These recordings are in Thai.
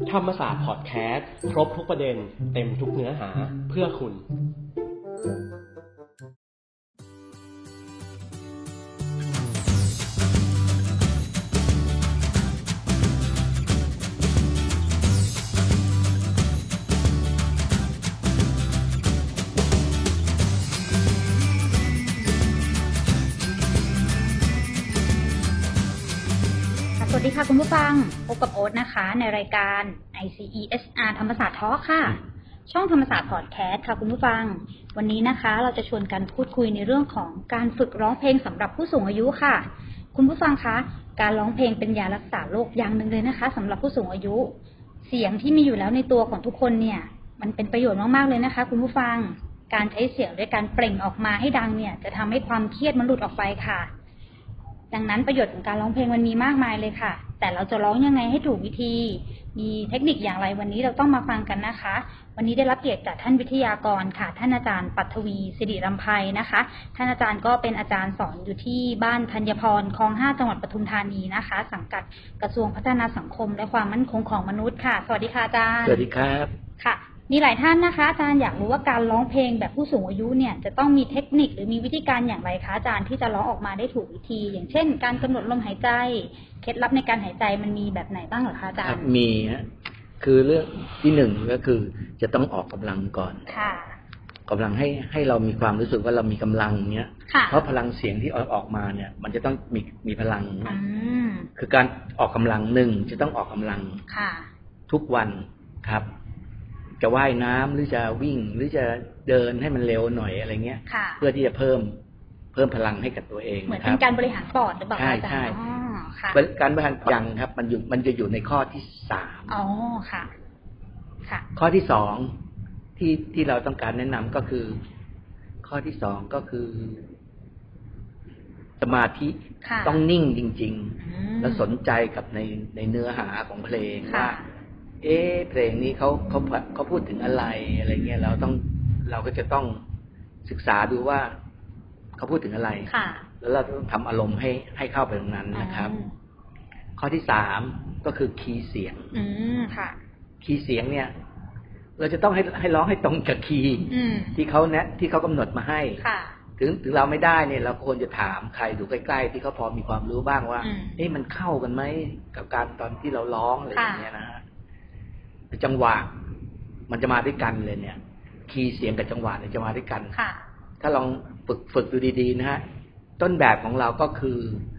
ธรรมศาสตร์พอดแคสต์ครบทุกประเด็นเต็มทุกเนื้อหาเพื่อคุณสวัสดีค่ะคุณผู้ฟังพบกับโอ๊ตนะคะในรายการ ICESR ธรรมศาสตร์ทอล์คค่ะช่องธรรมศาสตร์พอดแคสต์ค่ะคุณผู้ฟังวันนี้นะคะเราจะชวนกันพูดคุยในเรื่องของการฝึกร้องเพลงสำหรับผู้สูงอายุค่ะคุณผู้ฟังคะการร้องเพลงเป็นยารักษาโรคอย่างหนึ่งเลยนะคะสำหรับผู้สูงอายุเสียงที่มีอยู่แล้วในตัวของทุกคนเนี่ยมันเป็นประโยชน์มากๆเลยนะคะคุณผู้ฟังการใช้เสียงด้วยการเปล่งออกมาให้ดังเนี่ยจะทำให้ความเครียดมันหลุดออกไปค่ะดังนั้นประโยชน์ของการร้องเพลงมันมีมากมายเลยค่ะแต่เราจะร้องยังไงให้ถูกวิธีมีเทคนิคอย่างไรวันนี้เราต้องมาฟังกันนะคะวันนี้ได้รับเกียรติจากท่านวิทยากรค่ะท่านอาจารย์ปัทวีสิริรำไพนะคะท่านอาจารย์ก็เป็นอาจารย์สอนอยู่ที่บ้านธัญพรคลอง 5จังหวัดปทุมธานีนะคะสังกัดกระทรวงพัฒนาสังคมและความมั่นคงของมนุษย์ค่ะสวัสดีค่ะอาจารย์สวัสดีครับค่ะมีหลายท่านนะคะอาจารย์อยากรู้ว่าการร้องเพลงแบบผู้สูงอายุเนี่ยจะต้องมีเทคนิคหรือมีวิธีการอย่างไรคะอาจารย์ที่จะร้องออกมาได้ถูกวิธีอย่างเช่นการกำหนดลมหายใจเคล็ดลับในการหายใจมันมีแบบไหนบ้างเหรอคะอาจารย์มีฮะคือเรื่องที่หนึ่งก็คือจะต้องออกกำลังก่อนค่ะกำลังให้เรามีความรู้สึกว่าเรามีกำลังเนี้ยเพราะพลังเสียงที่ออกมาเนี่ยมันจะต้องมีพลังคือการออกกำลังหนึ่งจะต้องออกกำลังทุกวันครับจะว่ายน้ำหรือจะวิ่งหรือจะเดินให้มันเร็วหน่อยอะไรเงี้ยเพื่อที่จะเพิ่มพลังให้กับตัวเองเหมือนเป็นการบริหารปอดหรือเปล่าใช่ใช่การบริหารยังครับมันจะอยู่ในข้อที่3 อ๋อค่ะค่ะข้อที่2ที่เราต้องการแนะนำก็คือข้อที่2ก็คือสมาธิต้องนิ่งจริงๆแล้วสนใจกับในเนื้อหาของเพลงว่าเพลงนี้เขาพูดถึงอะไรเงี้ยเราก็จะต้องศึกษาดูว่าเขาพูดถึงอะไรแล้วเราต้องทำอารมณ์ให้เข้าไปตรงนั้นนะครับข้อที่3ก็คือคีย์เสียงคีย์เสียงเนี่ยเราจะต้องให้ร้องให้ตรงกับคีย์ที่เขากำหนดมาให้ถึงเราไม่ได้เนี่ยเราควรจะถามใครดูใกล้ๆที่เขาพอมีความรู้บ้างว่ามันเข้ากันไหมกับการตอนที่เราร้องอะไรอย่างเงี้ยนะฮะจังหวะมันจะมาด้วยกันเลยเนี่ยคีย์เสียงกับจังหวะเนี่ยจะมาด้วยกันถ้าลองฝึกดูดีๆนะฮะต้นแบบของเราก็คือ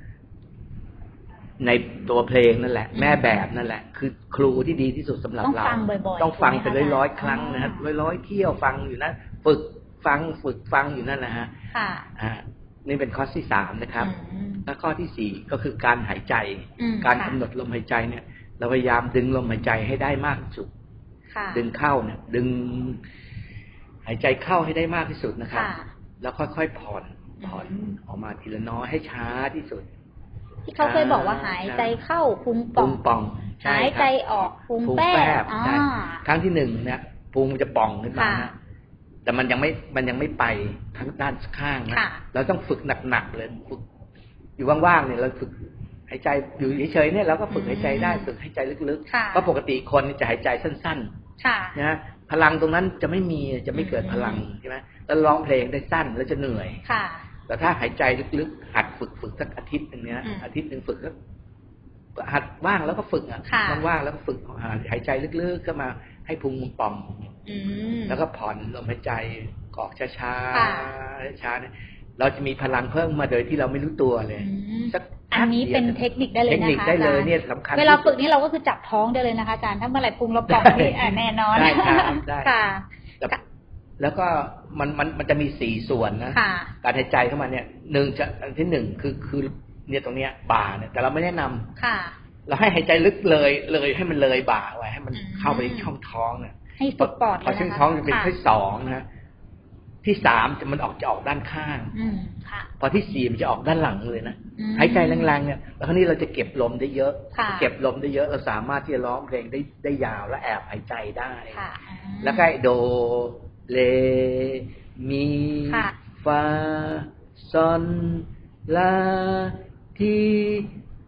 ในตัวเพลงนั่นแหละแม่แบบนั่นแหละคือครูที่ดีที่สุดสำหรับเราต้องฟังเป็นร้อยๆครั้งนะฮะร้อยๆเที่ยวฟังอยู่นั้นฝึกฟังอยู่นั่นนะฮะนี่เป็นข้อที่3นะครับแล้วข้อที่4ก็คือการหายใจการกำหนดลมหายใจเนี่ยเราพยายามดึงลมหายใจให้ได้มากที่สุดดึงเข้าเนี่ยดึงหายใจเข้าให้ได้มากที่สุดนะครับแล้วค่อยๆผ่อนออกมาทีละน้อยให้ช้าที่สุดที่เขาเคยบอกว่าหายใจเข้าพุงป่องหายใจออกพุงแป้บครั้งที่1เนี่ยพุงจะป่องขึ้นมานะแต่มันยังไม่ไปทั้งด้านข้างนะเราต้องฝึกหนักๆเลยฝึกอยู่ว่างๆเนี่ยเราฝึกหายใจอยู่เฉยๆเนี่ยเราก็ฝึกหายใจได้ฝึกหายใจลึกๆเพราะปกติคนจะหายใจสั้นๆนะพลังตรงนั้นจะไม่เกิดพลังใช่ไหมแล้วร้องเพลงได้สั้นแล้วจะเหนื่อยแต่ถ้าหายใจลึกๆหัดฝึกสักอาทิตย์นึงเนี่ยอาทิตย์นึงฝึกแล้วหัดว่างแล้วก็ฝึกว่างๆแล้วก็ฝึกหายใจลึกๆเข้ามาให้พุงมันป่องแล้วก็ผ่อนลมหายใจออกช้าๆเนี่ยเราจะมีพลังเพิ่มมาโดยที่เราไม่รู้ตัวเลยอันนี้เป็นเทคนิคได้เลยนะคะเทคนิคได้เลยเนี่ยสำคัญเวลาฝึกนี่เราก็คือจับท้องได้เลยนะคะอาจารย์ถ้าเมื่อไหร่พุงเราป่องนี่แน่นอนได้ค่ะแล้วก็มันจะมี4ส่วนนะการหายใจเข้ามาเนี่ยอันที่1คือเนี่ยตรงเนี้ยบ่าเนี่ยแต่เราไม่แนะนำเราให้หายใจลึกเลยให้มันเลยบ่าไว้ให้มันเข้าไปช่องท้องเนี่ยให้สุดปอดพอช่องท้องจะเป็นที่2นะที่3จะออกด้านข้างพอที่4มันจะออกด้านหลังเลยนะหายใจแรงๆเนี่ยแล้วคราวนี้เราจะเก็บลมได้เยอะเราสามารถที่จะร้องเพลงได้ยาวและแอบหายใจได้แล้วก็โดเลมีฟาซอนลาที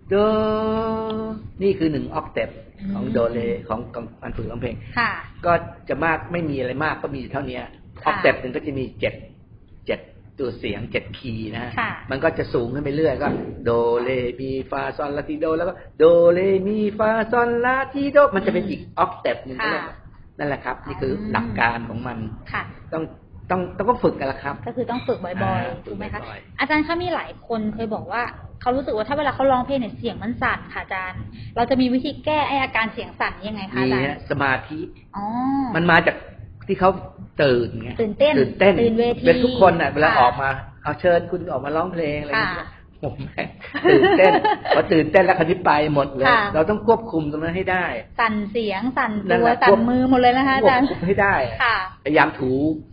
โดนี่คือ1 ออกเทปของโดเลของการฝึกร้องเพลงก็จะมากไม่มีอะไรมากก็มีเท่านี้ออกเทปนึงก็จะมี7ตัวเสียง7คีย์นะฮะมันก็จะสูงขึ้นไปเรื่อยก็โดเลมีฟาซอลลาติโดแล้วก็โดเลมีฟาซอลลาติโดมันจะเป็นอีกออกเทปนึงนั่นแหละครับนี่คือหลักการของมันต้องฝึกกันละครับก็คือต้องฝึกบ่อยๆถูกไหมคะอาจารย์คะมีหลายคนเคยบอกว่าเขารู้สึกว่าถ้าเวลาเขาร้องเพลงเนี่ยเสียงมันสั่นค่ะอาจารย์เราจะมีวิธีแก้ไอ้อาการเสียงสั่นยังไงคะอาจารย์สมาธิมันมาจากที่เขาตื่นไงตื่นเต้นเวทีเป็นทุกคนน่ะเวลาออกมาเอาเชิญคุณออกมาร้องเพลงอะไรอย่างเงี้ยผมตื่นเต้นพอตื่นเต้นแล้วคันที่ไปหมดเลยเราต้องควบคุมตรงนั้นให้ได้สั่นเสียงสั่นตัวสั่นมือหมดเลยนะคะอาจารย์ควบคุมให้ได้พยายามถู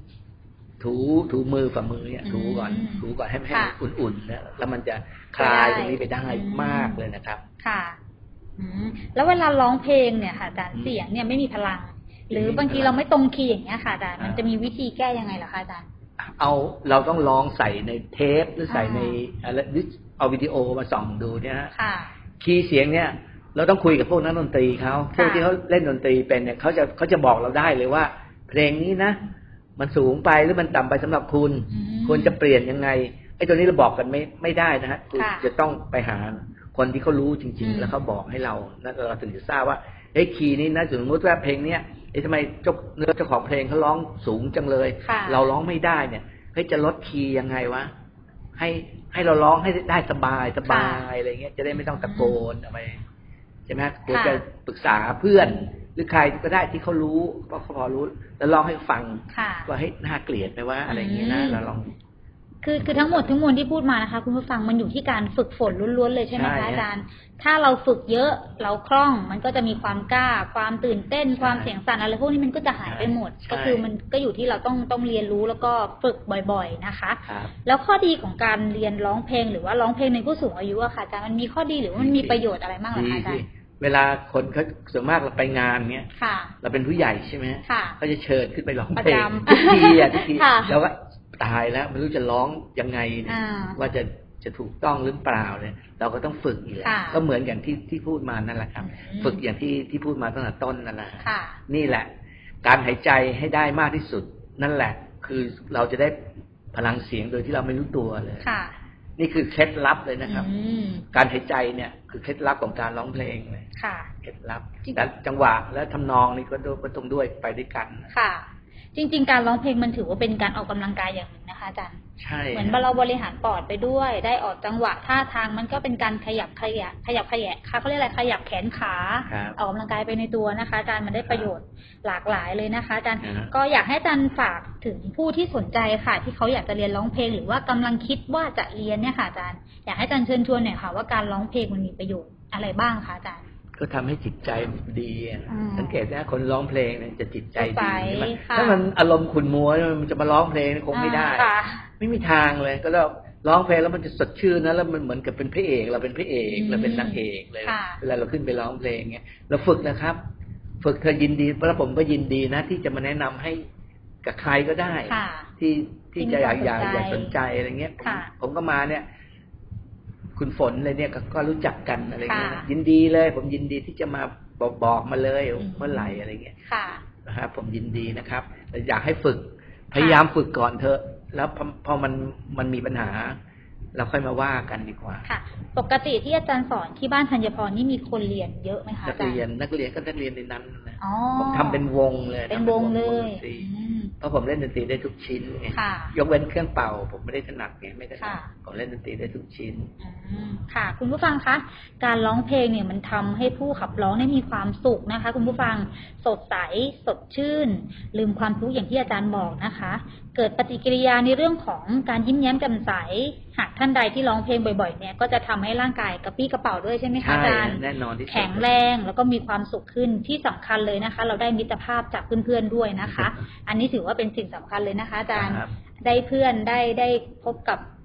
มือฝ่ามือเนี่ยถูก่อนให้อุ่นๆนะแล้วมันจะคลายตรงนี้ไปได้มากเลยนะครับค่ะแล้วเวลาร้องเพลงเนี่ยค่ะอาจารย์เสียงเนี่ยไม่มีพลังหรือบางทีเราไม่ตรงคีย์อย่างเงี้ยค่ะอาจารย์มันจะมีวิธีแก้ยังไงล่ะคะอาจารย์เราต้องร้องใส่ในเทปหรือใส่ในอะไรเอาวิดีโอมาส่องดูเนี่ยฮะคีย์เสียงเนี่ยเราต้องคุยกับพวกนักดนตรีเขาพวกที่เขาเล่นดนตรีเป็นเนี่ยเขาจะบอกเราได้เลยว่าเพลงนี้นะมันสูงไปหรือมันต่ำไปสำหรับคุณควรจะเปลี่ยนยังไงไอ้ตัวนี้เราบอกกันไม่ได้นะฮะคุณจะต้องไปหาคนที่เขารู้จริงๆแล้วเขาบอกให้เราแล้วเราถึงจะทราบว่าไอ้คีย์นี้นะสมมติว่าเพลงเนี้ยทำไมเจ้าของเพลงเขาร้องสูงจังเลยเราร้องไม่ได้เนี่ยจะลดคีย์ยังไงวะให้เราร้องให้ได้สบายอะไรเงี้ยจะได้ไม่ต้องตะโกนอะไรใช่ไหมควรจะปรึกษาเพื่อนหรือใครก็ได้ที่เขารู้ก็พอรู้แล้วลองให้ฟังว่าให้น่าเกลียดไหมว่าอะไรอย่างเงี้ยนะเราลองคือทั้งหมดทั้งมวลที่พูดมานะคะคุณผู้ฟังมันอยู่ที่การฝึกฝนล้วนๆเลยใช่ไหมคะอาจารย์ถ้าเราฝึกเยอะเราคล่องมันก็จะมีความกล้าความตื่นเต้นความเสียงสั่นอะไรพวกนี้มันก็จะหายไปหมดก็คือมันก็อยู่ที่เราต้องเรียนรู้แล้วก็ฝึกบ่อยๆนะคะแล้วข้อดีของการเรียนร้องเพลงหรือว่าร้องเพลงในผู้สูงอายุอะค่ะอาจารย์มันมีข้อดีหรือว่ามันมีประโยชน์อะไรบ้างล่ะคะอาจารย์เวลาคนเขาส่วนมากเราไปงานเนี้ยเราเป็นผู้ใหญ่ใช่ไหมเขาจะเชิญขึ้นไปร้องเพลงทุกทีแล้วก็ตายแล้วไม่รู้จะร้องยังไงว่าจะถูกต้องหรือเปล่าเนี่ยเราก็ต้องฝึกอยู่แล้วก็เหมือนอย่างที่พูดมานั่นแหละครับฝึกอย่างที่พูดมาตั้งแต่ต้นนั่นแหละนี่แหละการหายใจให้ได้มากที่สุดนั่นแหละคือเราจะได้พลังเสียงโดยที่เราไม่รู้ตัวเลยนี่คือเคล็ดลับเลยนะครับการหายใจเนี่ยคือเคล็ดลับของการร้องเพลงเลยเคล็ดลับแต่จังหวะและทำนองนี่ก็ต้องด้วยไปด้วยกันค่ะจริงๆการร้องเพลงมันถือว่าเป็นการออกกำลังกายอย่างหนึ่งนะคะอาจารย์ใช่เหมือนเราบริหารปอดไปด้วยได้ออกจังหวะท่าทางมันก็เป็นการขยับขยะเขาเรียกอะไรขยับแขนขาออกกำลังกายไปในตัวนะคะอาจารย์มันได้ประโยชน์หลากหลายเลยนะคะอาจารย์ก็อยากให้อาจารย์ฝากถึงผู้ที่สนใจค่ะที่เขาอยากจะเรียนร้องเพลงหรือว่ากำลังคิดว่าจะเรียนเนี่ยค่ะอาจารย์อยากให้อาจารย์เชิญชวนหน่อยค่ะว่าการร้องเพลงมันมีประโยชน์อะไรบ้างคะอาจารย์ก็ทำให้จิตใจดีสังเกตนะคนร้องเพลงเนี่ยจะจิตใจดีถ้ามันอารมณ์ขุ่นมัวมันจะมาร้องเพลงคงไม่ได้ไม่มีทางเลยก็แล้วร้องเพลงแล้วมันจะสดชื่นนะแล้วมันเหมือนกับเป็นพระเอกเราเป็นพระเอกเราเป็นนางเอกเลยเวลาเราขึ้นไปร้องเพลงเงี้ยเราฝึกนะครับฝึกเธอยินดีเพราะผมก็ยินดีนะที่จะมาแนะนำให้กับใครก็ได้ที่จะอยากสนใจอะไรเงี้ยผมก็มาเนี่ยคุณฝนเลยเนี่ยก็รู้จักกันอะไรเงี้ยยินดีเลยผมยินดีที่จะมาบอกมาเลยเมื่อไหร่อะไรเงี้ยนะครับผมยินดีนะครับแต่อยากให้ฝึกพยายามฝึกก่อนเถอะแล้วพอมันมีปัญหาเราค่อยมาว่ากันดีกว่าค่ะปกติที่อาจารย์สอนที่บ้านธัญพรนี่มีคนเรียนเยอะไหมคะอาจารย์นักเรียนก็นักเรียนในนั้นนะผมทำเป็นวงเลยเป็นวงเลยเพราะผมเล่นดนตรีได้ทุกชิ้นไงยกเว้นเครื่องเป่าผมไม่ได้ถนัดไงไม่ถนัดผมเล่นดนตรีได้ทุกชิ้นค่ะคุณผู้ฟังคะการร้องเพลงเนี่ยมันทำให้ผู้ขับร้องได้มีความสุขนะคะคุณผู้ฟังสดใสสดชื่นลืมความทุกข์อย่างที่อาจารย์บอกนะคะเกิดปฏิกิริยาในเรื่องของการยิ้มแย้มแจ่มใสหากท่านใดที่ร้องเพลงบ่อยๆเนี่ยก็จะทำให้ร่างกายกระปรี้กระเป๋าด้วยใช่ไหมคะอาจารย์แน่นอนที่แข็งแรงแล้วก็มีความสุขขึ้นที่สำคัญเลยนะคะเราได้มิตรภาพจากเพื่อนๆด้วยนะคะอันนี้ถือว่าเป็นสิ่งสำคัญเลยนะคะอาจารย์ได้เพื่อนได้พบกับ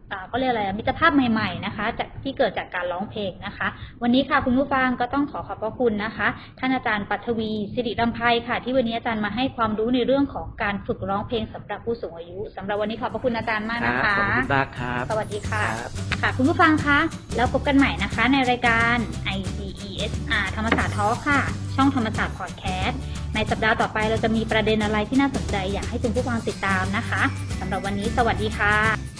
ก็เรียกอะไรมิตรภาพใหม่ๆนะคะจากที่เกิดจากการร้องเพลงนะคะวันนี้ค่ะคุณผู้ฟังก็ต้องขอบพระคุณนะคะท่านอาจารย์ปัทวีสิริรำไพค่ะที่วันนี้อาจารย์มาให้ความรู้ในเรื่องของการฝึกร้องเพลงสำหรับผู้สูงอายุสำหรับวันนี้ขอบพระคุณอาจารย์มากนะคะขอบคุณมากครับสวัสดีค่ะค่ะคุณผู้ฟังคะแล้วพบกันใหม่นะคะในรายการ ICESR ธรรมศาสตร์ทอล์คค่ะช่องธรรมศาสตร์พอดแคสต์ในสัปดาห์ต่อไปเราจะมีประเด็นอะไรที่น่าสนใจอยากให้คุณผู้ฟังติดตามนะคะสำหรับวันนี้สวัสดีค่ะ